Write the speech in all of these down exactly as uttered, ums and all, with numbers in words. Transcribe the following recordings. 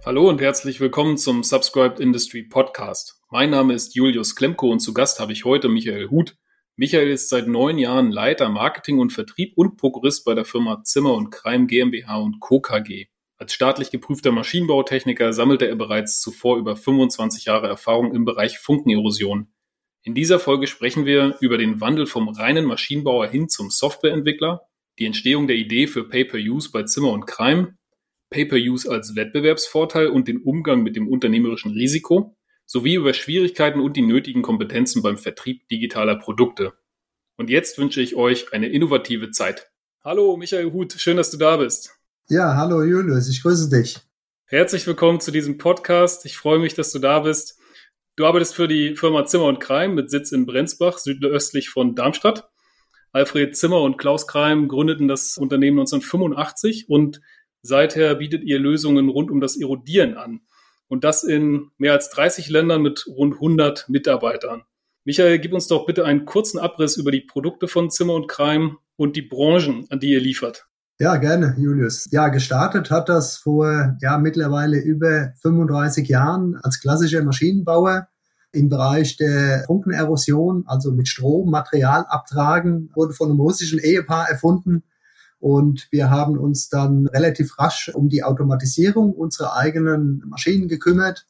Hallo und herzlich willkommen zum Subscribed Industry Podcast. Mein Name ist Julius Klemko und zu Gast habe ich heute Michael Huth. Michael ist seit neun Jahren Leiter Marketing und Vertrieb und Prokurist bei der Firma Zimmer und Kreim GmbH und Co. KG. Als staatlich geprüfter Maschinenbautechniker sammelte er bereits zuvor über fünfundzwanzig Jahre Erfahrung im Bereich Funkenerosion. In dieser Folge sprechen wir über den Wandel vom reinen Maschinenbauer hin zum Softwareentwickler, die Entstehung der Idee für Pay-per-Use bei Zimmer und Kreim, Pay-per-Use als Wettbewerbsvorteil und den Umgang mit dem unternehmerischen Risiko, sowie über Schwierigkeiten und die nötigen Kompetenzen beim Vertrieb digitaler Produkte. Und jetzt wünsche ich euch eine innovative Zeit. Hallo Michael Huth, schön, dass du da bist. Ja, hallo Julius, ich grüße dich. Herzlich willkommen zu diesem Podcast. Ich freue mich, dass du da bist. Du arbeitest für die Firma Zimmer und Kreim mit Sitz in Brenzbach, südöstlich von Darmstadt. Alfred Zimmer und Klaus Kreim gründeten das Unternehmen neunzehnhundertfünfundachtzig und seither bietet ihr Lösungen rund um das Erodieren an. Und das in mehr als dreißig Ländern mit rund hundert Mitarbeitern. Michael, gib uns doch bitte einen kurzen Abriss über die Produkte von Zimmer und Kreim und die Branchen, an die ihr liefert. Ja, gerne, Julius. Ja, gestartet hat das vor ja mittlerweile über fünfunddreißig Jahren als klassischer Maschinenbauer im Bereich der Funkenerosion, also mit Strom, Material abtragen, wurde von einem russischen Ehepaar erfunden. Und wir haben uns dann relativ rasch um die Automatisierung unserer eigenen Maschinen gekümmert.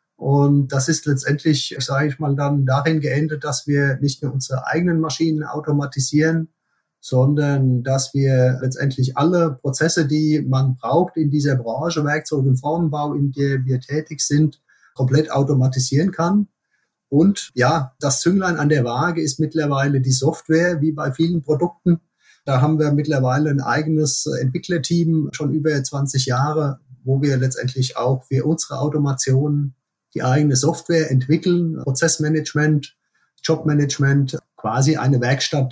Und das ist letztendlich, sage ich mal, dann darin geendet, dass wir nicht nur unsere eigenen Maschinen automatisieren, sondern dass wir letztendlich alle Prozesse, die man braucht in dieser Branche, Werkzeug- und Formenbau, in der wir tätig sind, komplett automatisieren kann. Und ja, das Zünglein an der Waage ist mittlerweile die Software, wie bei vielen Produkten. Da haben wir mittlerweile ein eigenes Entwicklerteam, schon über zwanzig Jahre, wo wir letztendlich auch für unsere Automation die eigene Software entwickeln, Prozessmanagement, Jobmanagement, quasi eine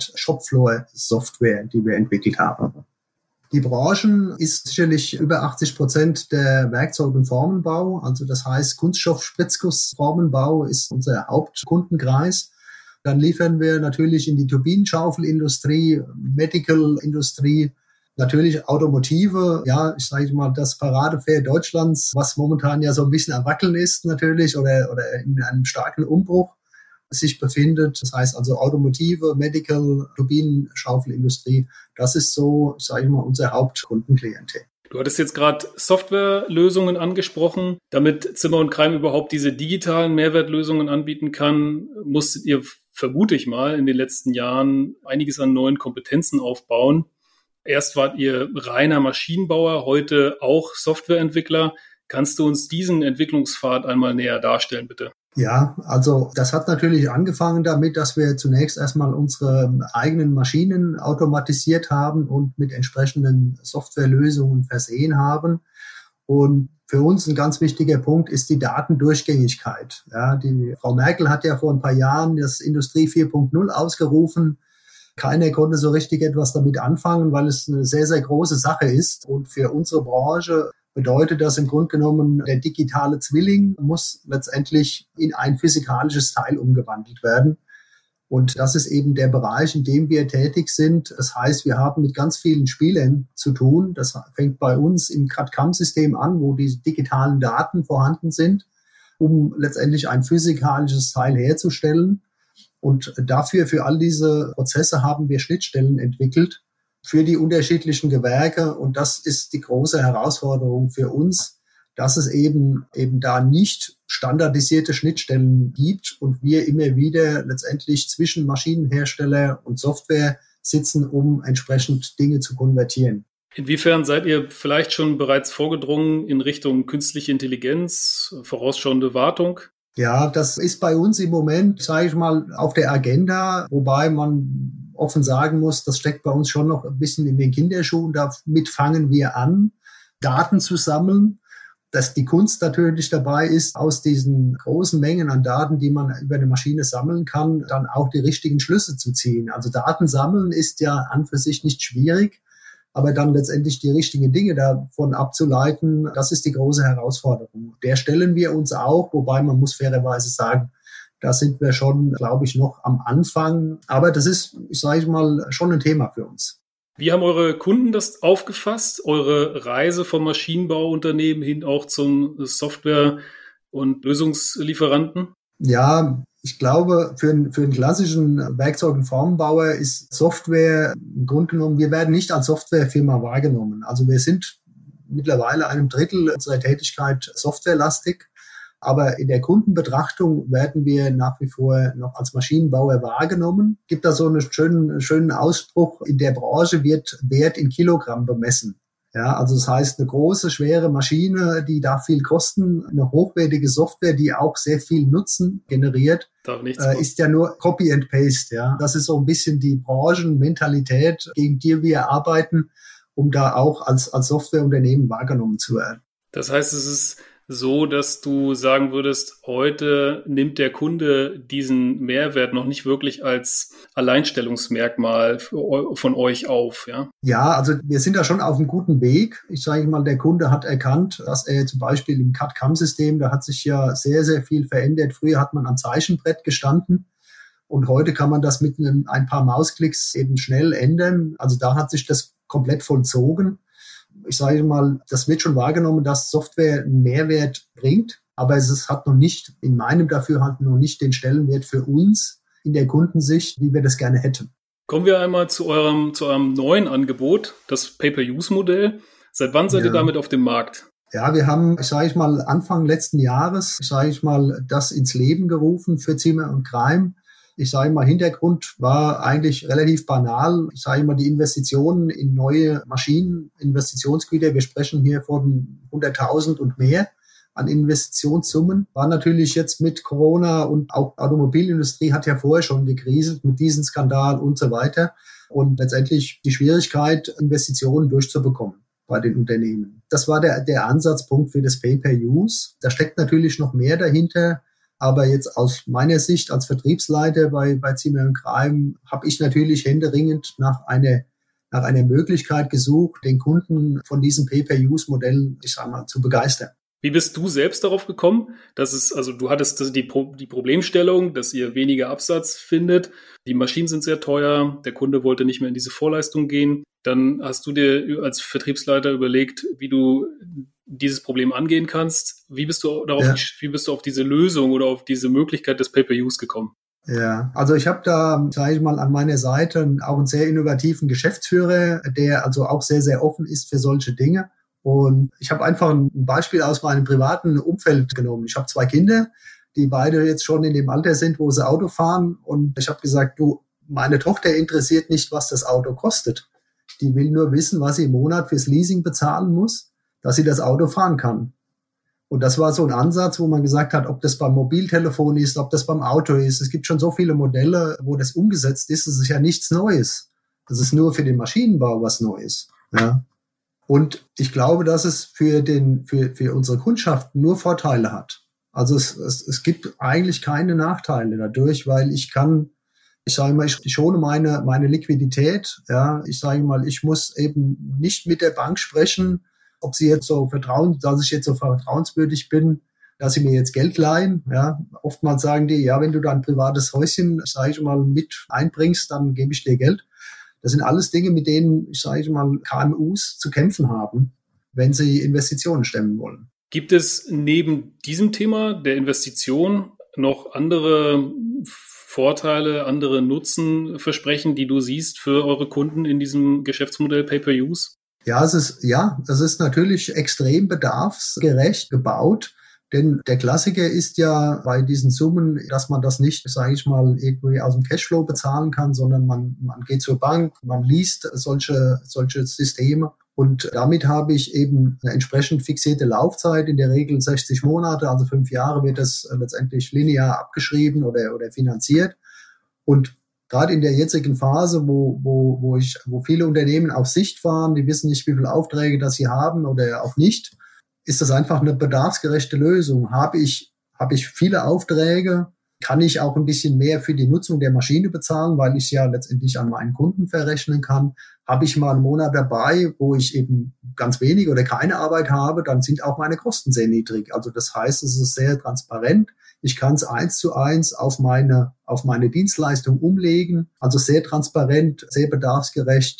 Werkstatt-Shopfloor-Software, die wir entwickelt haben. Die Branchen ist sicherlich über achtzig Prozent der Werkzeug- und Formenbau. Also das heißt, Kunststoff-Spritzguss-Formenbau ist unser Hauptkundenkreis. Dann liefern wir natürlich in die Turbinenschaufelindustrie, Medical-Industrie, natürlich Automotive. Ja, ich sage mal, das Paradepferd Deutschlands, was momentan ja so ein bisschen am Wackeln ist natürlich oder, oder in einem starken Umbruch sich befindet. Das heißt also Automotive, Medical, Turbinenschaufelindustrie. Das ist so, sage ich mal, unser Hauptkundenklientel. Du hattest jetzt gerade Softwarelösungen angesprochen. Damit Zimmer und Kreim überhaupt diese digitalen Mehrwertlösungen anbieten kann, musstet ihr, vermute ich mal, in den letzten Jahren einiges an neuen Kompetenzen aufbauen. Erst wart ihr reiner Maschinenbauer, heute auch Softwareentwickler. Kannst du uns diesen Entwicklungspfad einmal näher darstellen, bitte? Ja, also das hat natürlich angefangen damit, dass wir zunächst erstmal unsere eigenen Maschinen automatisiert haben und mit entsprechenden Softwarelösungen versehen haben. Und für uns ein ganz wichtiger Punkt ist die Datendurchgängigkeit. Ja, die Frau Merkel hat ja vor ein paar Jahren das Industrie vier Punkt null ausgerufen. Keiner konnte so richtig etwas damit anfangen, weil es eine sehr, sehr große Sache ist. Und für unsere Branche bedeutet das im Grunde genommen, der digitale Zwilling muss letztendlich in ein physikalisches Teil umgewandelt werden. Und das ist eben der Bereich, in dem wir tätig sind. Das heißt, wir haben mit ganz vielen Spielern zu tun. Das fängt bei uns im C A D-C A M-System an, wo die digitalen Daten vorhanden sind, um letztendlich ein physikalisches Teil herzustellen. Und dafür, für all diese Prozesse haben wir Schnittstellen entwickelt für die unterschiedlichen Gewerke. Und das ist die große Herausforderung für uns, dass es eben, eben da nicht standardisierte Schnittstellen gibt und wir immer wieder letztendlich zwischen Maschinenhersteller und Software sitzen, um entsprechend Dinge zu konvertieren. Inwiefern seid ihr vielleicht schon bereits vorgedrungen in Richtung künstliche Intelligenz, vorausschauende Wartung? Ja, das ist bei uns im Moment, sage ich mal, auf der Agenda, wobei man offen sagen muss, das steckt bei uns schon noch ein bisschen in den Kinderschuhen. Damit fangen wir an, Daten zu sammeln. Dass die Kunst natürlich dabei ist, aus diesen großen Mengen an Daten, die man über eine Maschine sammeln kann, dann auch die richtigen Schlüsse zu ziehen. Also Daten sammeln ist ja an für sich nicht schwierig, aber dann letztendlich die richtigen Dinge davon abzuleiten, das ist die große Herausforderung. Der stellen wir uns auch, wobei man muss fairerweise sagen, da sind wir schon, glaube ich, noch am Anfang. Aber das ist, ich sage mal, schon ein Thema für uns. Wie haben eure Kunden das aufgefasst? Eure Reise vom Maschinenbauunternehmen hin auch zum Software- und Lösungslieferanten? Ja, ich glaube, für einen, für einen klassischen Werkzeug- und Formenbauer ist Software im Grunde genommen, wir werden nicht als Softwarefirma wahrgenommen. Also wir sind mittlerweile einem Drittel unserer Tätigkeit softwarelastig. Aber in der Kundenbetrachtung werden wir nach wie vor noch als Maschinenbauer wahrgenommen. Gibt da so einen schönen, schönen Ausspruch, in der Branche wird Wert in Kilogramm bemessen. Ja, also das heißt, eine große, schwere Maschine, die darf viel kosten, eine hochwertige Software, die auch sehr viel Nutzen generiert, äh, ist ja nur Copy and Paste. Ja, das ist so ein bisschen die Branchenmentalität, gegen die wir arbeiten, um da auch als, als Softwareunternehmen wahrgenommen zu werden. Das heißt, es ist so, dass du sagen würdest, heute nimmt der Kunde diesen Mehrwert noch nicht wirklich als Alleinstellungsmerkmal für, von euch auf, ja? Ja, also wir sind da schon auf einem guten Weg. Ich sage mal, der Kunde hat erkannt, dass er zum Beispiel im C A D-C A M-System, da hat sich ja sehr, sehr viel verändert. Früher hat man am Zeichenbrett gestanden und heute kann man das mit einem, ein paar Mausklicks eben schnell ändern. Also da hat sich das komplett vollzogen. Ich sage mal, das wird schon wahrgenommen, dass Software einen Mehrwert bringt, aber es ist, hat noch nicht, in meinem Dafürhalten noch nicht den Stellenwert für uns in der Kundensicht, wie wir das gerne hätten. Kommen wir einmal zu eurem, zu eurem neuen Angebot, das Pay-per-Use-Modell. Seit wann seid ja. ihr damit auf dem Markt? Ja, wir haben, sage ich mal, Anfang letzten Jahres, sage ich mal, das ins Leben gerufen für Zimmer und Kreim. Ich sage mal, Hintergrund war eigentlich relativ banal. Ich sage mal, die Investitionen in neue Maschinen, Investitionsgüter, wir sprechen hier von hunderttausend und mehr an Investitionssummen, war natürlich jetzt mit Corona und auch Automobilindustrie hat ja vorher schon gekriselt mit diesem Skandal und so weiter. Und letztendlich die Schwierigkeit, Investitionen durchzubekommen bei den Unternehmen. Das war der, der Ansatzpunkt für das Pay-per-Use. Da steckt natürlich noch mehr dahinter. Aber jetzt aus meiner Sicht als Vertriebsleiter bei, bei Zimmer und Kreim habe ich natürlich händeringend nach einer, nach einer Möglichkeit gesucht, den Kunden von diesem Pay-per-Use-Modell, ich sag mal, zu begeistern. Wie bist du selbst darauf gekommen, dass es, also du hattest die, Pro, die Problemstellung, dass ihr weniger Absatz findet, die Maschinen sind sehr teuer, der Kunde wollte nicht mehr in diese Vorleistung gehen. Dann hast du dir als Vertriebsleiter überlegt, wie du dieses Problem angehen kannst. Wie bist du darauf, ja. wie bist du auf diese Lösung oder auf diese Möglichkeit des Pay-per-Use gekommen? Ja, also ich habe da, sage ich mal, an meiner Seite auch einen sehr innovativen Geschäftsführer, der also auch sehr, sehr offen ist für solche Dinge. Und ich habe einfach ein Beispiel aus meinem privaten Umfeld genommen. Ich habe zwei Kinder, die beide jetzt schon in dem Alter sind, wo sie Auto fahren. Und ich habe gesagt, du, meine Tochter interessiert nicht, was das Auto kostet. Die will nur wissen, was sie im Monat fürs Leasing bezahlen muss, dass sie das Auto fahren kann. Und das war so ein Ansatz, wo man gesagt hat, ob das beim Mobiltelefon ist, ob das beim Auto ist. Es gibt schon so viele Modelle, wo das umgesetzt ist. Es ist ja nichts Neues. Das ist nur für den Maschinenbau was Neues. Ja. Und ich glaube, dass es für den, für, für unsere Kundschaft nur Vorteile hat. Also es, es, es gibt eigentlich keine Nachteile dadurch, weil ich kann, ich sage mal, ich schone meine, meine Liquidität. Ja, ich sage mal, ich muss eben nicht mit der Bank sprechen, ob sie jetzt so vertrauen, dass ich jetzt so vertrauenswürdig bin, dass sie mir jetzt Geld leihen. Ja, oftmals sagen die, ja, wenn du da ein privates Häuschen, sage ich mal, mit einbringst, dann gebe ich dir Geld. Das sind alles Dinge, mit denen, ich sage mal, K M Us zu kämpfen haben, wenn sie Investitionen stemmen wollen. Gibt es neben diesem Thema der Investition noch andere Vorteile, andere Nutzenversprechen, die du siehst für eure Kunden in diesem Geschäftsmodell Pay-per-Use? Ja, es ist, ja, es ist natürlich extrem bedarfsgerecht gebaut. Denn der Klassiker ist ja bei diesen Summen, dass man das nicht, sage ich mal, irgendwie aus dem Cashflow bezahlen kann, sondern man, man geht zur Bank, man liest solche, solche Systeme. Und damit habe ich eben eine entsprechend fixierte Laufzeit, in der Regel sechzig Monate, also fünf Jahre wird das letztendlich linear abgeschrieben oder, oder finanziert. Und gerade in der jetzigen Phase, wo, wo, wo, ich, wo viele Unternehmen auf Sicht fahren, die wissen nicht, wie viele Aufträge das sie haben oder auch nicht, ist das einfach eine bedarfsgerechte Lösung. Habe ich, habe ich viele Aufträge, kann ich auch ein bisschen mehr für die Nutzung der Maschine bezahlen, weil ich es ja letztendlich an meinen Kunden verrechnen kann. Habe ich mal einen Monat dabei, wo ich eben ganz wenig oder keine Arbeit habe, dann sind auch meine Kosten sehr niedrig. Also das heißt, es ist sehr transparent. Ich kann es eins zu eins auf meine, auf meine Dienstleistung umlegen. Also sehr transparent, sehr bedarfsgerecht.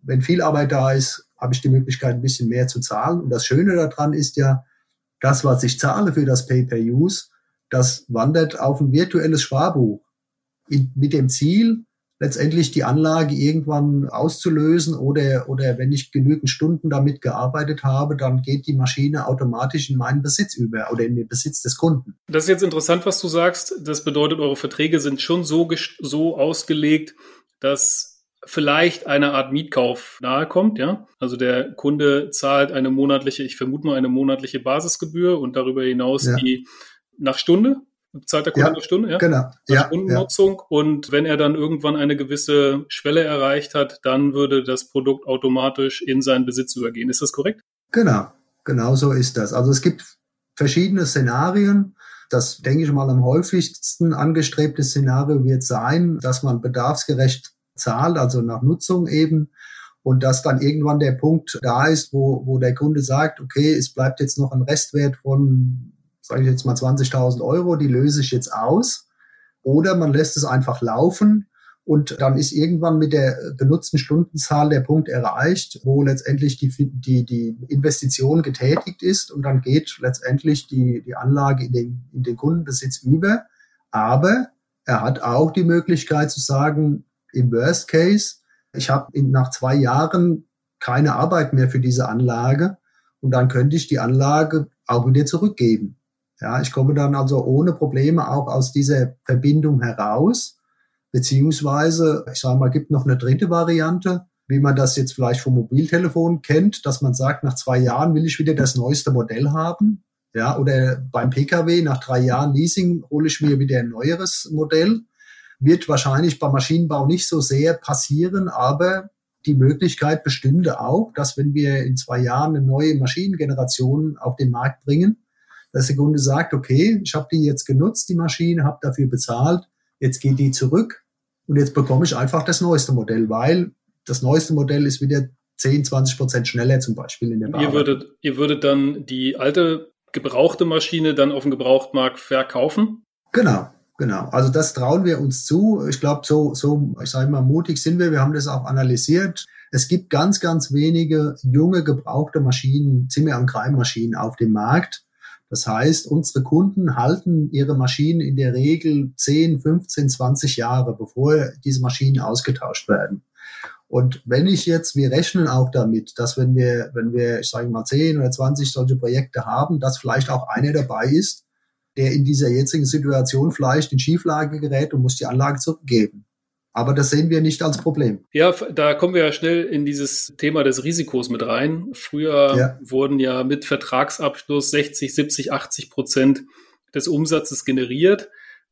wenn viel Arbeit da ist, habe ich die Möglichkeit, ein bisschen mehr zu zahlen. Und das Schöne daran ist ja, das, was ich zahle für das Pay-per-Use, das wandert auf ein virtuelles Sparbuch in, mit dem Ziel, letztendlich die Anlage irgendwann auszulösen oder, oder wenn ich genügend Stunden damit gearbeitet habe, dann geht die Maschine automatisch in meinen Besitz über oder in den Besitz des Kunden. Das ist jetzt interessant, was du sagst. Das bedeutet, eure Verträge sind schon so, so ausgelegt, dass vielleicht eine Art Mietkauf nahe kommt, ja? Also der Kunde zahlt eine monatliche, ich vermute mal eine monatliche Basisgebühr und darüber hinaus ja. die nach Stunde. Zahlt der Kunde ja, eine Stunde, ja? Genau. Nach ja, Stundennutzung. Ja. Und wenn er dann irgendwann eine gewisse Schwelle erreicht hat, dann würde das Produkt automatisch in seinen Besitz übergehen. Ist das korrekt? Genau, genau so ist das. Also es gibt verschiedene Szenarien. Das, denke ich mal, am häufigsten angestrebte Szenario wird sein, dass man bedarfsgerecht zahlt, also nach Nutzung eben. Und dass dann irgendwann der Punkt da ist, wo, wo der Kunde sagt, okay, es bleibt jetzt noch ein Restwert von, sage ich jetzt mal zwanzigtausend Euro, die löse ich jetzt aus. Oder man lässt es einfach laufen und dann ist irgendwann mit der benutzten Stundenzahl der Punkt erreicht, wo letztendlich die, die, die Investition getätigt ist und dann geht letztendlich die, die Anlage in den, in den Kundenbesitz über. Aber er hat auch die Möglichkeit zu sagen, im Worst Case, ich habe nach zwei Jahren keine Arbeit mehr für diese Anlage und dann könnte ich die Anlage auch wieder zurückgeben. Ja, ich komme dann also ohne Probleme auch aus dieser Verbindung heraus, beziehungsweise, ich sage mal, gibt noch eine dritte Variante, wie man das jetzt vielleicht vom Mobiltelefon kennt, dass man sagt, nach zwei Jahren will ich wieder das neueste Modell haben. Ja, oder beim Pkw, nach drei Jahren Leasing hole ich mir wieder ein neueres Modell. Wird wahrscheinlich beim Maschinenbau nicht so sehr passieren, aber die Möglichkeit bestünde auch, dass wenn wir in zwei Jahren eine neue Maschinengeneration auf den Markt bringen, dass der Kunde sagt, okay, ich habe die jetzt genutzt, die Maschine, habe dafür bezahlt, jetzt geht die zurück und jetzt bekomme ich einfach das neueste Modell, weil das neueste Modell ist wieder zehn, zwanzig Prozent schneller zum Beispiel in der Bearbeitung. Ihr würdet, ihr würdet dann die alte gebrauchte Maschine dann auf dem Gebrauchtmarkt verkaufen? Genau. Genau, also das trauen wir uns zu. Ich glaube, so, so, ich sage mal, mutig sind wir. Wir haben das auch analysiert. Es gibt ganz, ganz wenige junge, gebrauchte Maschinen, Zimmer- und Kreismaschinen auf dem Markt. Das heißt, unsere Kunden halten ihre Maschinen in der Regel zehn, fünfzehn, zwanzig Jahre, bevor diese Maschinen ausgetauscht werden. Und wenn ich jetzt, wir rechnen auch damit, dass wenn wir, wenn wir, ich sage mal, zehn oder zwanzig solche Projekte haben, dass vielleicht auch einer dabei ist, der in dieser jetzigen Situation vielleicht in Schieflage gerät und muss die Anlage zurückgeben. Aber das sehen wir nicht als Problem. Ja, da kommen wir ja schnell in dieses Thema des Risikos mit rein. Früher ja. wurden ja mit Vertragsabschluss sechzig, siebzig, achtzig Prozent des Umsatzes generiert.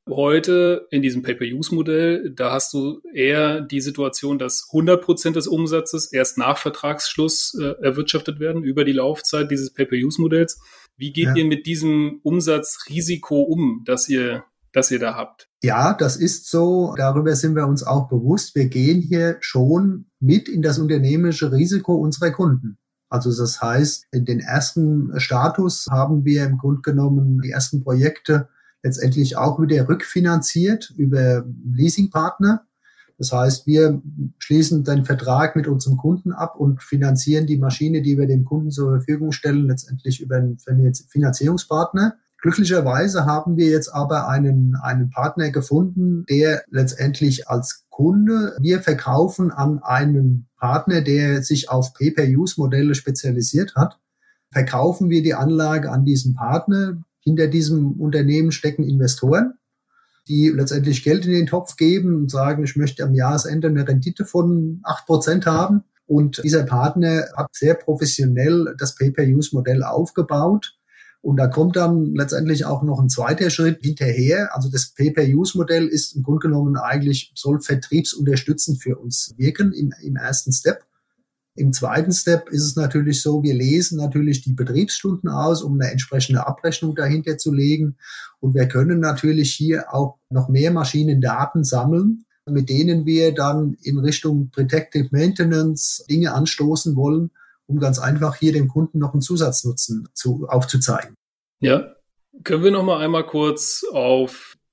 Heute in diesem Pay-per-Use-Modell, da hast du eher die Situation, dass hundert Prozent des Umsatzes erst nach Vertragsschluss äh, erwirtschaftet werden über die Laufzeit dieses Pay-per-Use-Modells. Wie geht ja. ihr mit diesem Umsatzrisiko um, das ihr, das ihr da habt? Ja, das ist so. Darüber sind wir uns auch bewusst. Wir gehen hier schon mit in das unternehmerische Risiko unserer Kunden. Also das heißt, in den ersten Status haben wir im Grunde genommen die ersten Projekte letztendlich auch wieder rückfinanziert über Leasingpartner. Das heißt, wir schließen den Vertrag mit unserem Kunden ab und finanzieren die Maschine, die wir dem Kunden zur Verfügung stellen, letztendlich über einen Finanzierungspartner. Glücklicherweise haben wir jetzt aber einen, einen Partner gefunden, der letztendlich als Kunde, wir verkaufen an einen Partner, der sich auf Pay-per-Use-Modelle spezialisiert hat, verkaufen wir die Anlage an diesen Partner. Hinter diesem Unternehmen stecken Investoren, die letztendlich Geld in den Topf geben und sagen, ich möchte am Jahresende eine Rendite von acht Prozent haben. Und dieser Partner hat sehr professionell das Pay-per-Use-Modell aufgebaut. Und da kommt dann letztendlich auch noch ein zweiter Schritt hinterher. Also das Pay-per-Use-Modell ist im Grunde genommen eigentlich, soll vertriebsunterstützend für uns wirken im, im ersten Step. Im zweiten Step ist es natürlich so, wir lesen natürlich die Betriebsstunden aus, um eine entsprechende Abrechnung dahinter zu legen. Und wir können natürlich hier auch noch mehr Maschinendaten sammeln, mit denen wir dann in Richtung Predictive Maintenance Dinge anstoßen wollen, um ganz einfach hier dem Kunden noch einen Zusatznutzen zu, aufzuzeigen. Ja, können wir noch mal einmal kurz auf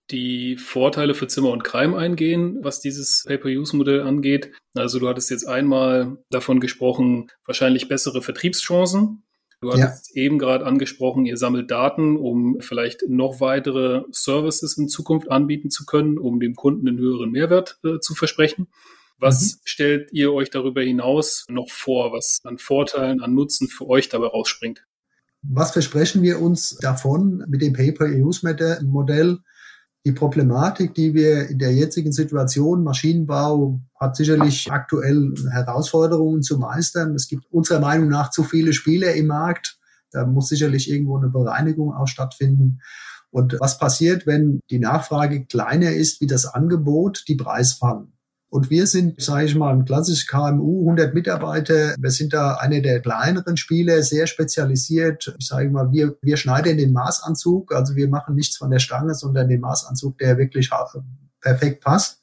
die Vorteile für Zimmer und Keim eingehen, was dieses Pay-per-Use-Modell angeht. Also du hattest jetzt einmal davon gesprochen, wahrscheinlich bessere Vertriebschancen. Du hattest ja. eben gerade angesprochen, ihr sammelt Daten, um vielleicht noch weitere Services in Zukunft anbieten zu können, um dem Kunden einen höheren Mehrwert äh, zu versprechen. Was mhm. stellt ihr euch darüber hinaus noch vor, was an Vorteilen, an Nutzen für euch dabei rausspringt? Was versprechen wir uns davon mit dem Pay-per-Use-Modell? Die Problematik, die wir in der jetzigen Situation, Maschinenbau hat sicherlich aktuell Herausforderungen zu meistern. Es gibt unserer Meinung nach zu viele Spieler im Markt. Da muss sicherlich irgendwo eine Bereinigung auch stattfinden. Und was passiert, wenn die Nachfrage kleiner ist wie das Angebot, die Preise fallen? Und wir sind, sage ich mal, ein klassisches K M U, hundert Mitarbeiter. Wir sind da einer der kleineren Spieler, sehr spezialisiert. Ich sage mal, wir, wir schneiden den Maßanzug. Also wir machen nichts von der Stange, sondern den Maßanzug, der wirklich perfekt passt.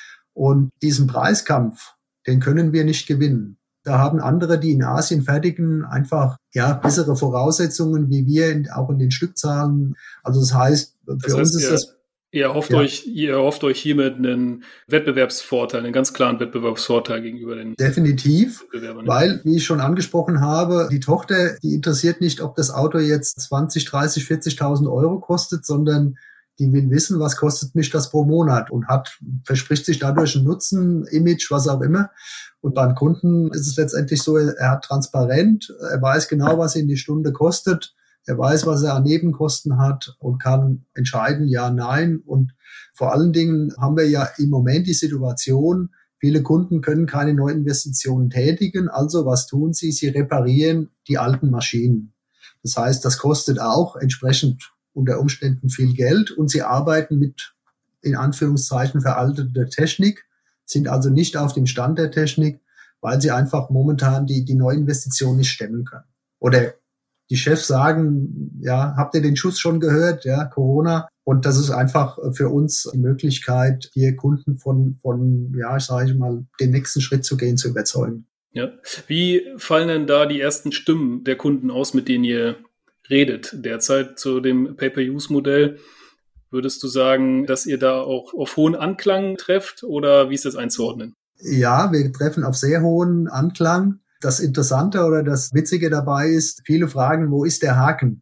Und diesen Preiskampf, den können wir nicht gewinnen. Da haben andere, die in Asien fertigen, einfach ja bessere Voraussetzungen wie wir, in, auch in den Stückzahlen. Also das heißt, für das heißt, uns ist ihr, das... Ihr hofft, ja. euch, ihr hofft euch hiermit einen Wettbewerbsvorteil, einen ganz klaren Wettbewerbsvorteil gegenüber den Definitiv, Wettbewerbern. Weil, wie ich schon angesprochen habe, die Tochter, die interessiert nicht, ob das Auto jetzt zwanzig, dreißig, vierzigtausend Euro kostet, sondern die will wissen, was kostet mich das pro Monat und hat, verspricht sich dadurch einen Nutzen, Image, was auch immer. Und beim Kunden ist es letztendlich so, er hat transparent, er weiß genau, was ihn die Stunde kostet. Er weiß, was er an Nebenkosten hat und kann entscheiden, ja, nein. Und vor allen Dingen haben wir ja im Moment die Situation, viele Kunden können keine Neuinvestitionen tätigen. Also was tun sie? Sie reparieren die alten Maschinen. Das heißt, das kostet auch entsprechend unter Umständen viel Geld und sie arbeiten mit, in Anführungszeichen, veralteter Technik, sind also nicht auf dem Stand der Technik, weil sie einfach momentan die, die Neuinvestition nicht stemmen können. Oder die Chefs sagen, ja, habt ihr den Schuss schon gehört? Ja, Corona. Und das ist einfach für uns die Möglichkeit, hier Kunden von, von, ja, ich sage mal, den nächsten Schritt zu gehen, zu überzeugen. Ja. Wie fallen denn da die ersten Stimmen der Kunden aus, mit denen ihr redet derzeit zu dem Pay-per-Use-Modell? Würdest du sagen, dass ihr da auch auf hohen Anklang trefft oder wie ist das einzuordnen? Ja, wir treffen auf sehr hohen Anklang. Das Interessante oder das Witzige dabei ist, viele fragen, wo ist der Haken?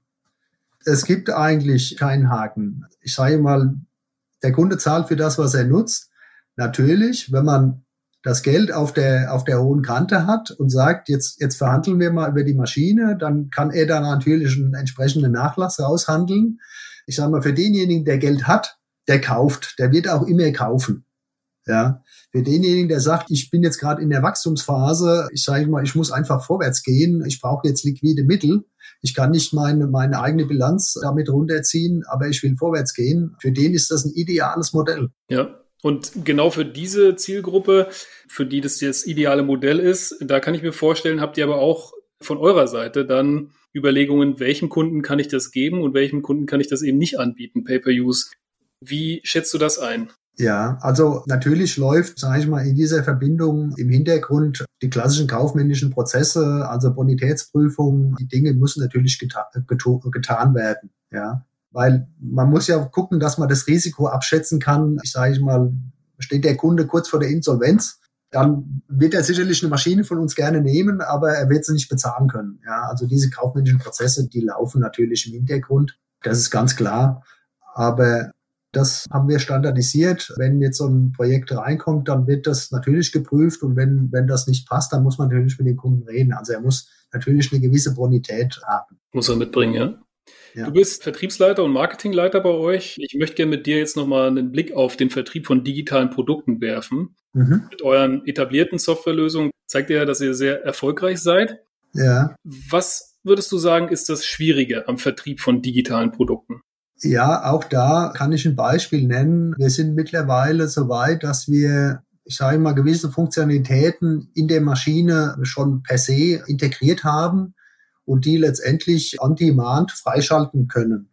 Es gibt eigentlich keinen Haken. Ich sage mal, der Kunde zahlt für das, was er nutzt. Natürlich, wenn man das Geld auf der, auf der hohen Kante hat und sagt, jetzt, jetzt verhandeln wir mal über die Maschine, dann kann er da natürlich einen entsprechenden Nachlass raushandeln. Ich sage mal, für denjenigen, der Geld hat, der kauft, der wird auch immer kaufen. Ja, für denjenigen, der sagt, ich bin jetzt gerade in der Wachstumsphase, ich sage mal, ich muss einfach vorwärts gehen, ich brauche jetzt liquide Mittel, ich kann nicht meine, meine eigene Bilanz damit runterziehen, aber ich will vorwärts gehen. Für den ist das ein ideales Modell. Ja, und genau für diese Zielgruppe, für die das jetzt ideale Modell ist, da kann ich mir vorstellen, habt ihr aber auch von eurer Seite dann Überlegungen, welchem Kunden kann ich das geben und welchem Kunden kann ich das eben nicht anbieten, Pay-per-Use. Wie schätzt du das ein? Ja, also natürlich läuft, sage ich mal, in dieser Verbindung im Hintergrund die klassischen kaufmännischen Prozesse, also Bonitätsprüfungen, die Dinge müssen natürlich geta- geto- getan werden, ja. Weil man muss ja gucken, dass man das Risiko abschätzen kann. Ich sage mal, steht der Kunde kurz vor der Insolvenz, dann wird er sicherlich eine Maschine von uns gerne nehmen, aber er wird sie nicht bezahlen können. Ja, also diese kaufmännischen Prozesse, die laufen natürlich im Hintergrund. Das ist ganz klar. Aber das haben wir standardisiert. Wenn jetzt so ein Projekt reinkommt, dann wird das natürlich geprüft. Und wenn, wenn das nicht passt, dann muss man natürlich mit dem Kunden reden. Also er muss natürlich eine gewisse Bonität haben. Muss er mitbringen, ja? Ja. Du bist Vertriebsleiter und Marketingleiter bei euch. Ich möchte gerne mit dir jetzt nochmal einen Blick auf den Vertrieb von digitalen Produkten werfen. Mhm. Mit euren etablierten Softwarelösungen zeigt ihr ja, dass ihr sehr erfolgreich seid. Ja. Was würdest du sagen, ist das Schwierige am Vertrieb von digitalen Produkten? Ja, auch da kann ich ein Beispiel nennen. Wir sind mittlerweile so weit, dass wir, ich sage mal, gewisse Funktionalitäten in der Maschine schon per se integriert haben und die letztendlich on demand freischalten können.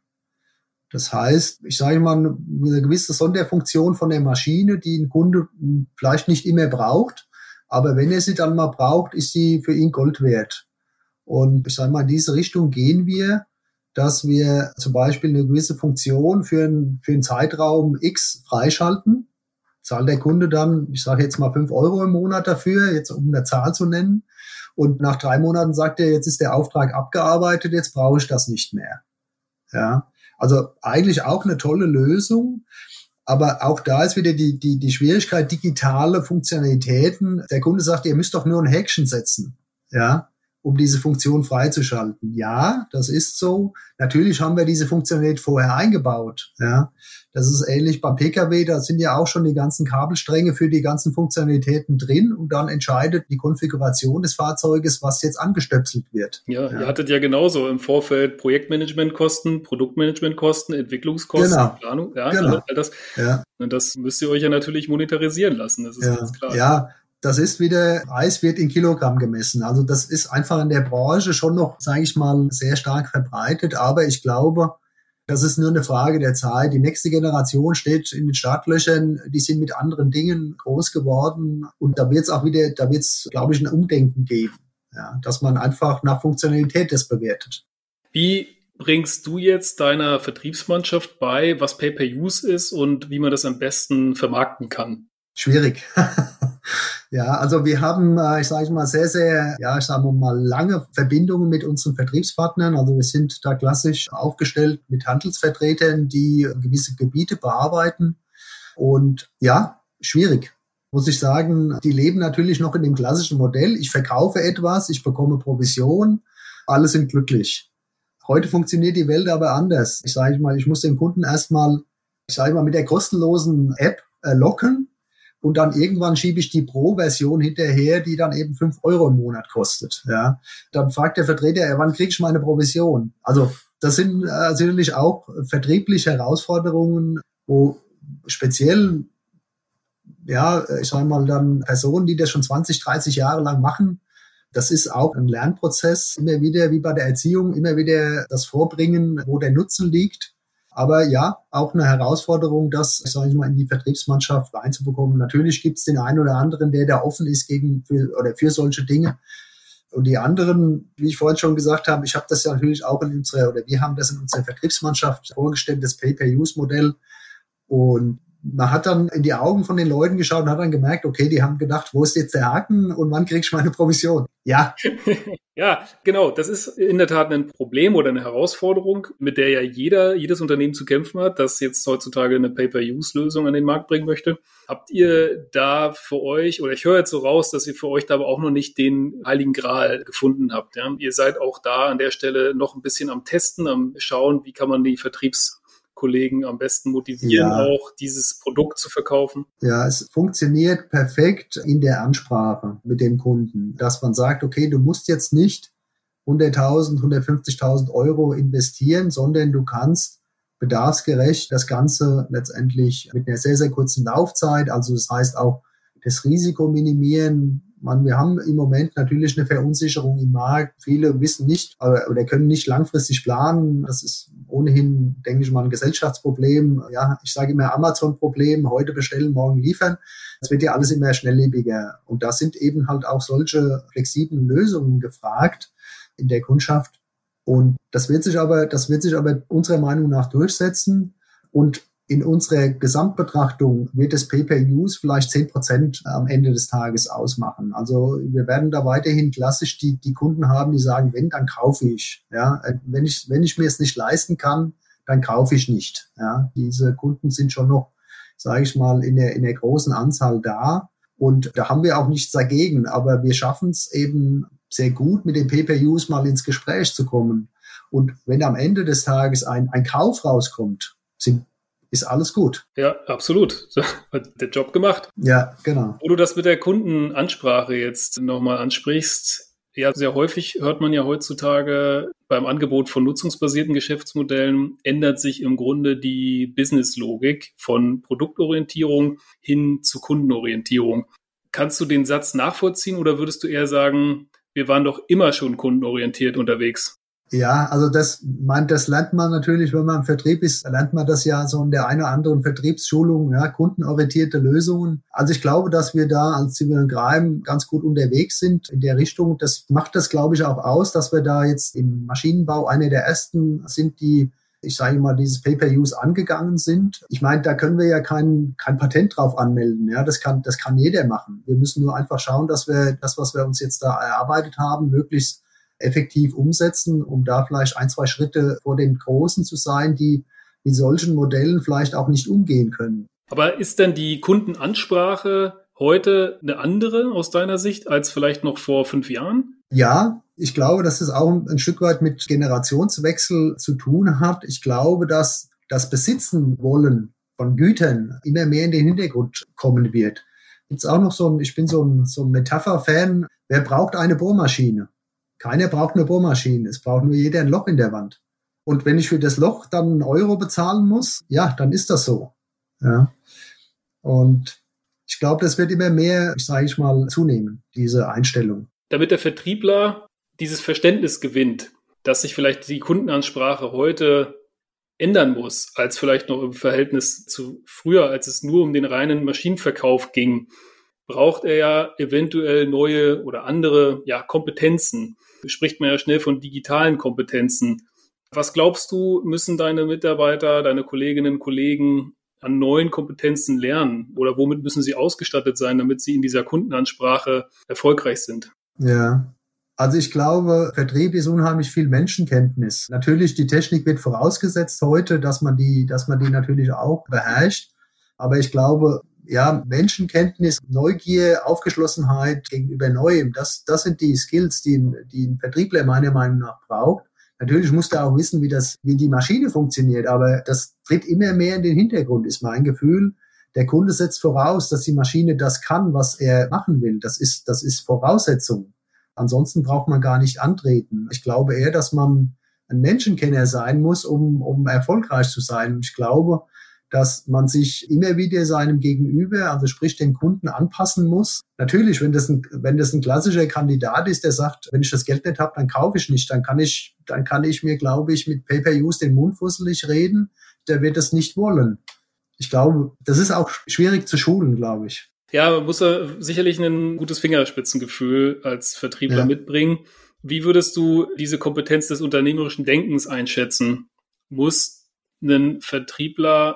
Das heißt, ich sage mal, eine gewisse Sonderfunktion von der Maschine, die ein Kunde vielleicht nicht immer braucht, aber wenn er sie dann mal braucht, ist sie für ihn Gold wert. Und ich sage mal, in diese Richtung gehen wir. dass wir zum Beispiel eine gewisse Funktion für, ein, für einen Zeitraum X freischalten. Zahlt der Kunde dann, ich sage jetzt mal fünf Euro im Monat dafür, jetzt um eine Zahl zu nennen. Und nach drei Monaten sagt er, jetzt ist der Auftrag abgearbeitet, jetzt brauche ich das nicht mehr. Ja, also eigentlich auch eine tolle Lösung. Aber auch da ist wieder die, die, die Schwierigkeit, digitale Funktionalitäten. Der Kunde sagt, ihr müsst doch nur ein Häkchen setzen, ja, um diese Funktion freizuschalten. Ja, das ist so. Natürlich haben wir diese Funktionalität vorher eingebaut. Ja, das ist ähnlich beim P K W. Da sind ja auch schon die ganzen Kabelstränge für die ganzen Funktionalitäten drin und dann entscheidet die Konfiguration des Fahrzeuges, was jetzt angestöpselt wird. Ja, ja. Ihr hattet ja genauso im Vorfeld Projektmanagementkosten, Produktmanagementkosten, Entwicklungskosten, genau. Planung. Ja, genau. all das, ja. das müsst ihr euch ja natürlich monetarisieren lassen. Das ist ja. ganz klar. Ja. Das ist wieder, Preis wird in Kilogramm gemessen. Also das ist einfach in der Branche schon noch, sage ich mal, sehr stark verbreitet. Aber ich glaube, das ist nur eine Frage der Zeit. Die nächste Generation steht in den Startlöchern. Die sind mit anderen Dingen groß geworden. Und da wird es auch wieder, da wird es, glaube ich, ein Umdenken geben. Ja, dass man einfach nach Funktionalität das bewertet. Wie bringst du jetzt deiner Vertriebsmannschaft bei, was Pay-per-Use ist und wie man das am besten vermarkten kann? Schwierig. Ja, also wir haben, ich sage mal, sehr, sehr, ja, ich sage mal, lange Verbindungen mit unseren Vertriebspartnern. Also wir sind da klassisch aufgestellt mit Handelsvertretern, die gewisse Gebiete bearbeiten. Und ja, schwierig, muss ich sagen. Die leben natürlich noch in dem klassischen Modell. Ich verkaufe etwas, ich bekomme Provision, alle sind glücklich. Heute funktioniert die Welt aber anders. Ich sage mal, ich muss den Kunden erstmal, ich sage mal, mit der kostenlosen App äh, locken. Und dann irgendwann schiebe ich die Pro-Version hinterher, die dann eben fünf Euro im Monat kostet. Ja, dann fragt der Vertreter, ja, wann kriege ich meine Provision? Also das sind äh, sicherlich auch vertriebliche Herausforderungen, wo speziell, ja, ich sage mal dann Personen, die das schon zwanzig, dreißig Jahre lang machen, das ist auch ein Lernprozess, immer wieder wie bei der Erziehung, immer wieder das Vorbringen, wo der Nutzen liegt. Aber ja, auch eine Herausforderung, das, sage ich mal, in die Vertriebsmannschaft reinzubekommen. Natürlich gibt es den einen oder anderen, der da offen ist gegen für, oder für solche Dinge. Und die anderen, wie ich vorhin schon gesagt habe, ich habe das ja natürlich auch in unserer, oder wir haben das in unserer Vertriebsmannschaft vorgestellt, das Pay-per-Use-Modell. Und man hat dann in die Augen von den Leuten geschaut und hat dann gemerkt, okay, die haben gedacht, wo ist jetzt der Haken und wann krieg ich meine Provision? Ja. Ja, genau. Das ist in der Tat ein Problem oder eine Herausforderung, mit der ja jeder, jedes Unternehmen zu kämpfen hat, das jetzt heutzutage eine Pay-per-Use-Lösung an den Markt bringen möchte. Habt ihr da für euch, oder ich höre jetzt so raus, dass ihr für euch da aber auch noch nicht den Heiligen Gral gefunden habt. Ja? Ihr seid auch da an der Stelle noch ein bisschen am Testen, am Schauen, wie kann man die Vertriebs Kollegen am besten motivieren, ja. auch dieses Produkt zu verkaufen? Ja, es funktioniert perfekt in der Ansprache mit dem Kunden, dass man sagt, okay, du musst jetzt nicht hunderttausend, hundertfünfzigtausend Euro investieren, sondern du kannst bedarfsgerecht das Ganze letztendlich mit einer sehr, sehr kurzen Laufzeit, also das heißt auch das Risiko minimieren. Man, wir haben im Moment natürlich eine Verunsicherung im Markt. Viele wissen nicht oder können nicht langfristig planen. Das ist ohnehin, denke ich mal, ein Gesellschaftsproblem. Ja, ich sage immer Amazon-Problem. Heute bestellen, morgen liefern. Das wird ja alles immer schnelllebiger. Und da sind eben halt auch solche flexiblen Lösungen gefragt in der Kundschaft. Und das wird sich aber, das wird sich aber unserer Meinung nach durchsetzen. Und in unserer Gesamtbetrachtung wird das Pay-per-Use vielleicht zehn Prozent am Ende des Tages ausmachen. Also wir werden da weiterhin klassisch die, die Kunden haben, die sagen, wenn, dann kaufe ich. Ja, wenn ich, wenn ich mir es nicht leisten kann, dann kaufe ich nicht. Ja, diese Kunden sind schon noch, sage ich mal, in der, in der großen Anzahl da. Und da haben wir auch nichts dagegen. Aber wir schaffen es eben sehr gut, mit dem Pay-per-Use mal ins Gespräch zu kommen. Und wenn am Ende des Tages ein, ein Kauf rauskommt, sind ist alles gut. Ja, absolut. Hat der Job gemacht. Ja, genau. Wo du das mit der Kundenansprache jetzt nochmal ansprichst, ja, sehr häufig hört man ja heutzutage beim Angebot von nutzungsbasierten Geschäftsmodellen ändert sich im Grunde die Businesslogik von Produktorientierung hin zu Kundenorientierung. Kannst du den Satz nachvollziehen oder würdest du eher sagen, wir waren doch immer schon kundenorientiert unterwegs? Ja, also das, man, das lernt man natürlich, wenn man im Vertrieb ist, lernt man das ja so in der einen oder anderen Vertriebsschulung, ja, kundenorientierte Lösungen. Also ich glaube, dass wir da als Zimmer und Greim ganz gut unterwegs sind in der Richtung. Das macht das, glaube ich, auch aus, dass wir da jetzt im Maschinenbau eine der ersten sind, die, ich sage mal, dieses Pay-per-Use angegangen sind. Ich meine, da können wir ja kein, kein Patent drauf anmelden. Ja, das kann, das kann jeder machen. Wir müssen nur einfach schauen, dass wir das, was wir uns jetzt da erarbeitet haben, möglichst effektiv umsetzen, um da vielleicht ein, zwei Schritte vor den Großen zu sein, die mit solchen Modellen vielleicht auch nicht umgehen können. Aber ist denn die Kundenansprache heute eine andere aus deiner Sicht als vielleicht noch vor fünf Jahren? Ja, ich glaube, dass es auch ein Stück weit mit Generationswechsel zu tun hat. Ich glaube, dass das Besitzen wollen von Gütern immer mehr in den Hintergrund kommen wird. Jetzt auch noch so ein, ich bin so ein, so ein Metapher-Fan. Wer braucht eine Bohrmaschine? Keiner braucht eine Bohrmaschine. Es braucht nur jeder ein Loch in der Wand. Und wenn ich für das Loch dann einen Euro bezahlen muss, ja, dann ist das so. Ja. Und ich glaube, das wird immer mehr, ich sage ich mal, zunehmen, diese Einstellung. Damit der Vertriebler dieses Verständnis gewinnt, dass sich vielleicht die Kundenansprache heute ändern muss, als vielleicht noch im Verhältnis zu früher, als es nur um den reinen Maschinenverkauf ging, braucht er ja eventuell neue oder andere ja, Kompetenzen. Da spricht man ja schnell von digitalen Kompetenzen. Was glaubst du, müssen deine Mitarbeiter, deine Kolleginnen und Kollegen an neuen Kompetenzen lernen? Oder womit müssen sie ausgestattet sein, damit sie in dieser Kundenansprache erfolgreich sind? Ja, also ich glaube, Vertrieb ist unheimlich viel Menschenkenntnis. Natürlich, die Technik wird vorausgesetzt heute, dass man die, dass man die natürlich auch beherrscht. Aber ich glaube, ja, Menschenkenntnis, Neugier, Aufgeschlossenheit gegenüber Neuem, das, das sind die Skills, die, die ein Vertriebler meiner Meinung nach braucht. Natürlich muss er auch wissen, wie das, wie die Maschine funktioniert, aber das tritt immer mehr in den Hintergrund, ist mein Gefühl. Der Kunde setzt voraus, dass die Maschine das kann, was er machen will. Das ist, das ist Voraussetzung. Ansonsten braucht man gar nicht antreten. Ich glaube eher, dass man ein Menschenkenner sein muss, um, um erfolgreich zu sein. Und ich glaube, dass man sich immer wieder seinem Gegenüber, also sprich den Kunden, anpassen muss. Natürlich, wenn das ein, wenn das ein klassischer Kandidat ist, der sagt, wenn ich das Geld nicht habe, dann kaufe ich nicht, dann kann ich, dann kann ich mir, glaube ich, mit Pay-per-Use den Mund fusselig reden. Der wird das nicht wollen. Ich glaube, das ist auch schwierig zu schulen, glaube ich. Ja, man muss ja sicherlich ein gutes Fingerspitzengefühl als Vertriebler ja. mitbringen. Wie würdest du diese Kompetenz des unternehmerischen Denkens einschätzen? Muss ein Vertriebler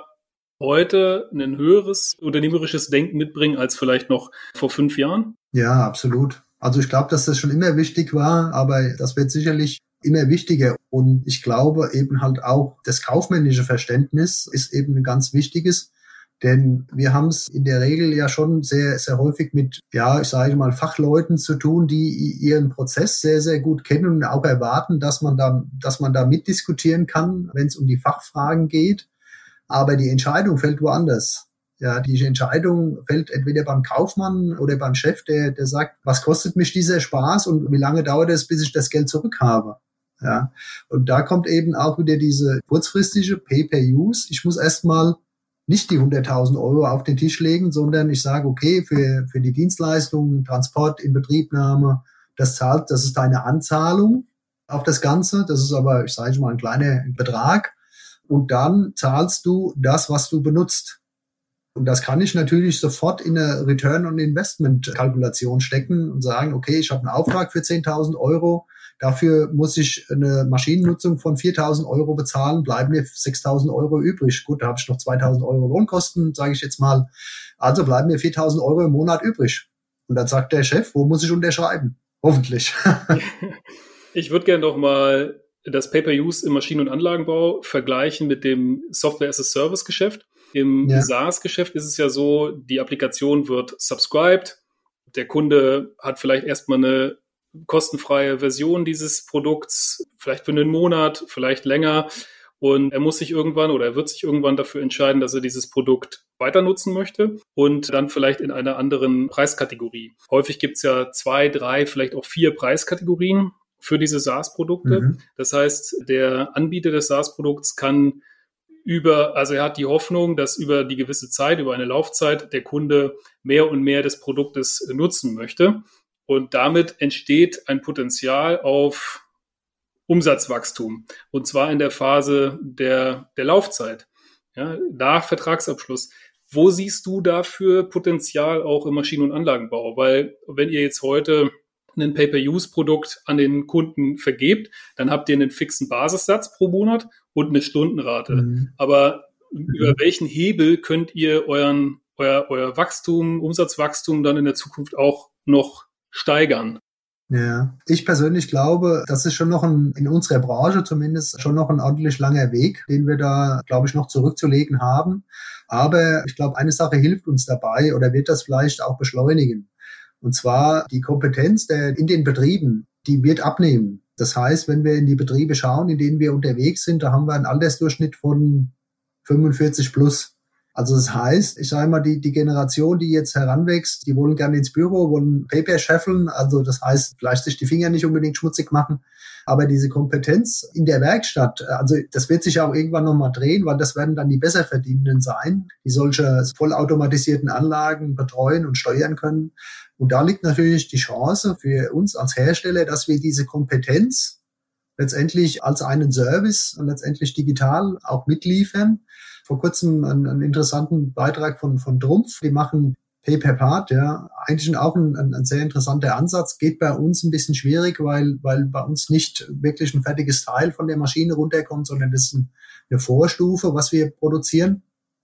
heute ein höheres unternehmerisches Denken mitbringen als vielleicht noch vor fünf Jahren? Ja, absolut. Also ich glaube, dass das schon immer wichtig war, aber das wird sicherlich immer wichtiger. Und ich glaube eben halt auch, das kaufmännische Verständnis ist eben ein ganz wichtiges. Denn wir haben es in der Regel ja schon sehr, sehr häufig mit, ja, ich sage mal, Fachleuten zu tun, die ihren Prozess sehr, sehr gut kennen und auch erwarten, dass man da, dass man da mitdiskutieren kann, wenn es um die Fachfragen geht. Aber die Entscheidung fällt woanders. Ja, die Entscheidung fällt entweder beim Kaufmann oder beim Chef, der, der sagt, was kostet mich dieser Spaß und wie lange dauert es, bis ich das Geld zurückhabe? Ja, und da kommt eben auch wieder diese kurzfristige Pay-per-Use. Ich muss erstmal nicht die hunderttausend Euro auf den Tisch legen, sondern ich sage, okay, für, für die Dienstleistungen, Transport, Inbetriebnahme, das zahlt, das ist eine Anzahlung auf das Ganze. Das ist aber, ich sage mal, ein kleiner Betrag. Und dann zahlst du das, was du benutzt. Und das kann ich natürlich sofort in eine Return- und Investment-Kalkulation stecken und sagen, okay, ich habe einen Auftrag für zehntausend Euro, dafür muss ich eine Maschinennutzung von viertausend Euro bezahlen, bleiben mir sechstausend Euro übrig. Gut, da habe ich noch zweitausend Euro Lohnkosten, sage ich jetzt mal. Also bleiben mir viertausend Euro im Monat übrig. Und dann sagt der Chef, wo muss ich unterschreiben? Hoffentlich. Ich würde gerne noch mal das Pay-per-Use im Maschinen- und Anlagenbau vergleichen mit dem Software-as-a-Service-Geschäft. Im ja. SaaS-Geschäft ist es ja so, die Applikation wird subscribed. Der Kunde hat vielleicht erstmal eine kostenfreie Version dieses Produkts, vielleicht für einen Monat, vielleicht länger. Und er muss sich irgendwann oder er wird sich irgendwann dafür entscheiden, dass er dieses Produkt weiter nutzen möchte und dann vielleicht in einer anderen Preiskategorie. Häufig gibt es ja zwei, drei, vielleicht auch vier Preiskategorien für diese SaaS-Produkte. Mhm. Das heißt, der Anbieter des SaaS-Produkts kann über, also er hat die Hoffnung, dass über die gewisse Zeit, über eine Laufzeit, der Kunde mehr und mehr des Produktes nutzen möchte. Und damit entsteht ein Potenzial auf Umsatzwachstum. Und zwar in der Phase der, der Laufzeit, ja, nach Vertragsabschluss. Wo siehst du dafür Potenzial auch im Maschinen- und Anlagenbau? Weil wenn ihr jetzt heute ein Pay-per-Use-Produkt an den Kunden vergebt, dann habt ihr einen fixen Basissatz pro Monat und eine Stundenrate. Mhm. Aber mhm. über welchen Hebel könnt ihr euren, euer, euer Wachstum, Umsatzwachstum dann in der Zukunft auch noch steigern? Ja, ich persönlich glaube, das ist schon noch ein, in unserer Branche zumindest, schon noch ein ordentlich langer Weg, den wir da, glaube ich, noch zurückzulegen haben. Aber ich glaube, eine Sache hilft uns dabei oder wird das vielleicht auch beschleunigen. Und zwar die Kompetenz der, in den Betrieben, die wird abnehmen. Das heißt, wenn wir in die Betriebe schauen, in denen wir unterwegs sind, da haben wir einen Altersdurchschnitt von fünfundvierzig plus. Also das heißt, ich sage mal, die, die Generation, die jetzt heranwächst, die wollen gerne ins Büro, wollen Paper scheffeln. Also das heißt, vielleicht sich die Finger nicht unbedingt schmutzig machen. Aber diese Kompetenz in der Werkstatt, also das wird sich auch irgendwann nochmal drehen, weil das werden dann die Besserverdienenden sein, die solche vollautomatisierten Anlagen betreuen und steuern können. Und da liegt natürlich die Chance für uns als Hersteller, dass wir diese Kompetenz letztendlich als einen Service und letztendlich digital auch mitliefern. Vor kurzem einen, einen interessanten Beitrag von, von Trumpf. Die machen Pay per Part, ja. Eigentlich auch ein, ein, ein sehr interessanter Ansatz. Geht bei uns ein bisschen schwierig, weil, weil bei uns nicht wirklich ein fertiges Teil von der Maschine runterkommt, sondern das ist ein, eine Vorstufe, was wir produzieren.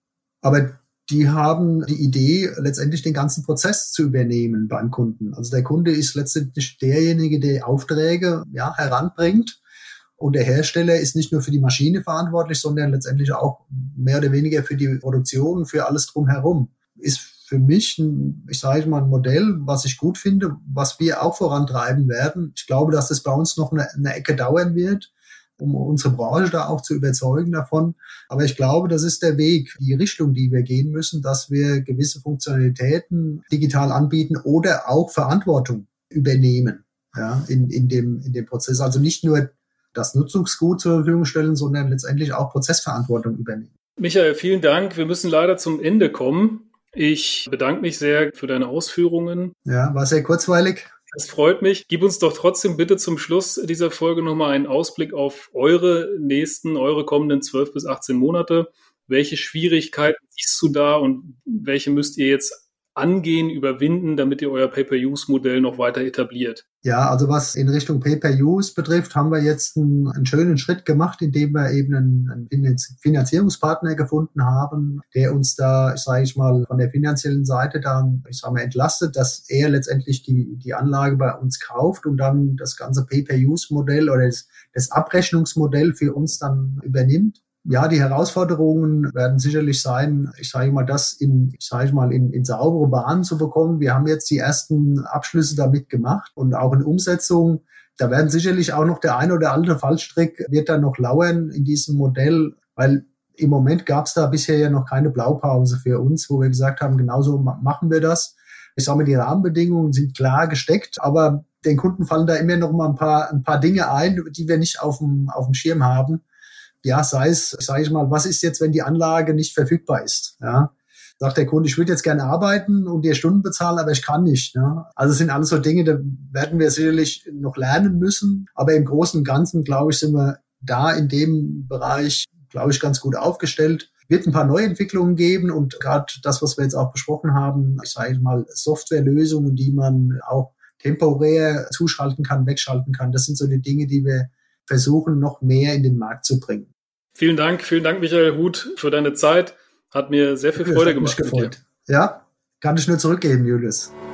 Aber die haben die Idee, letztendlich den ganzen Prozess zu übernehmen beim Kunden. Also der Kunde ist letztendlich derjenige, der Aufträge, ja, heranbringt. Und der Hersteller ist nicht nur für die Maschine verantwortlich, sondern letztendlich auch mehr oder weniger für die Produktion, für alles drumherum. Ist für mich, ein, ich sage mal, ein Modell, was ich gut finde, was wir auch vorantreiben werden. Ich glaube, dass das bei uns noch eine, eine Ecke dauern wird, um unsere Branche da auch zu überzeugen davon. Aber ich glaube, das ist der Weg, die Richtung, die wir gehen müssen, dass wir gewisse Funktionalitäten digital anbieten oder auch Verantwortung übernehmen, ja, in, in dem, in dem Prozess. Also nicht nur das Nutzungsgut zur Verfügung stellen, sondern letztendlich auch Prozessverantwortung übernehmen. Michael, vielen Dank. Wir müssen leider zum Ende kommen. Ich bedanke mich sehr für deine Ausführungen. Ja, war sehr kurzweilig. Das freut mich. Gib uns doch trotzdem bitte zum Schluss dieser Folge nochmal einen Ausblick auf eure nächsten, eure kommenden zwölf bis achtzehn Monate. Welche Schwierigkeiten siehst du da und welche müsst ihr jetzt angehen, überwinden, damit ihr euer Pay-per-Use-Modell noch weiter etabliert? Ja, also was in Richtung Pay-per-Use betrifft, haben wir jetzt einen, einen schönen Schritt gemacht, indem wir eben einen, einen Finanzierungspartner gefunden haben, der uns da, sage ich mal, von der finanziellen Seite dann, ich sage mal, entlastet, dass er letztendlich die, die Anlage bei uns kauft und dann das ganze Pay-per-Use-Modell oder das, das Abrechnungsmodell für uns dann übernimmt. Ja, die Herausforderungen werden sicherlich sein, ich sage mal, das in, ich sage mal, in, in saubere Bahnen zu bekommen. Wir haben jetzt die ersten Abschlüsse damit gemacht und auch in Umsetzung. Da werden sicherlich auch noch der ein oder andere Fallstrick wird dann noch lauern in diesem Modell, weil im Moment gab es da bisher ja noch keine Blaupause für uns, wo wir gesagt haben, genauso machen wir das. Ich sage mal, die Rahmenbedingungen sind klar gesteckt, aber den Kunden fallen da immer noch mal ein paar, ein paar Dinge ein, die wir nicht auf dem, auf dem Schirm haben. Ja, sei es, sage ich mal, was ist jetzt, wenn die Anlage nicht verfügbar ist? Ja, sagt der Kunde, ich würde jetzt gerne arbeiten und dir Stunden bezahlen, aber ich kann nicht. Ja? Also es sind alles so Dinge, da werden wir sicherlich noch lernen müssen. Aber im Großen und Ganzen, glaube ich, sind wir da in dem Bereich, glaube ich, ganz gut aufgestellt. Wird ein paar Neuentwicklungen geben und gerade das, was wir jetzt auch besprochen haben, ich sage mal, Softwarelösungen, die man auch temporär zuschalten kann, wegschalten kann. Das sind so die Dinge, die wir versuchen, noch mehr in den Markt zu bringen. Vielen Dank, vielen Dank, Michael Huth, für deine Zeit. Hat mir sehr viel Freude gemacht. Mich gefreut. Ja, kann ich nur zurückgeben, Julius.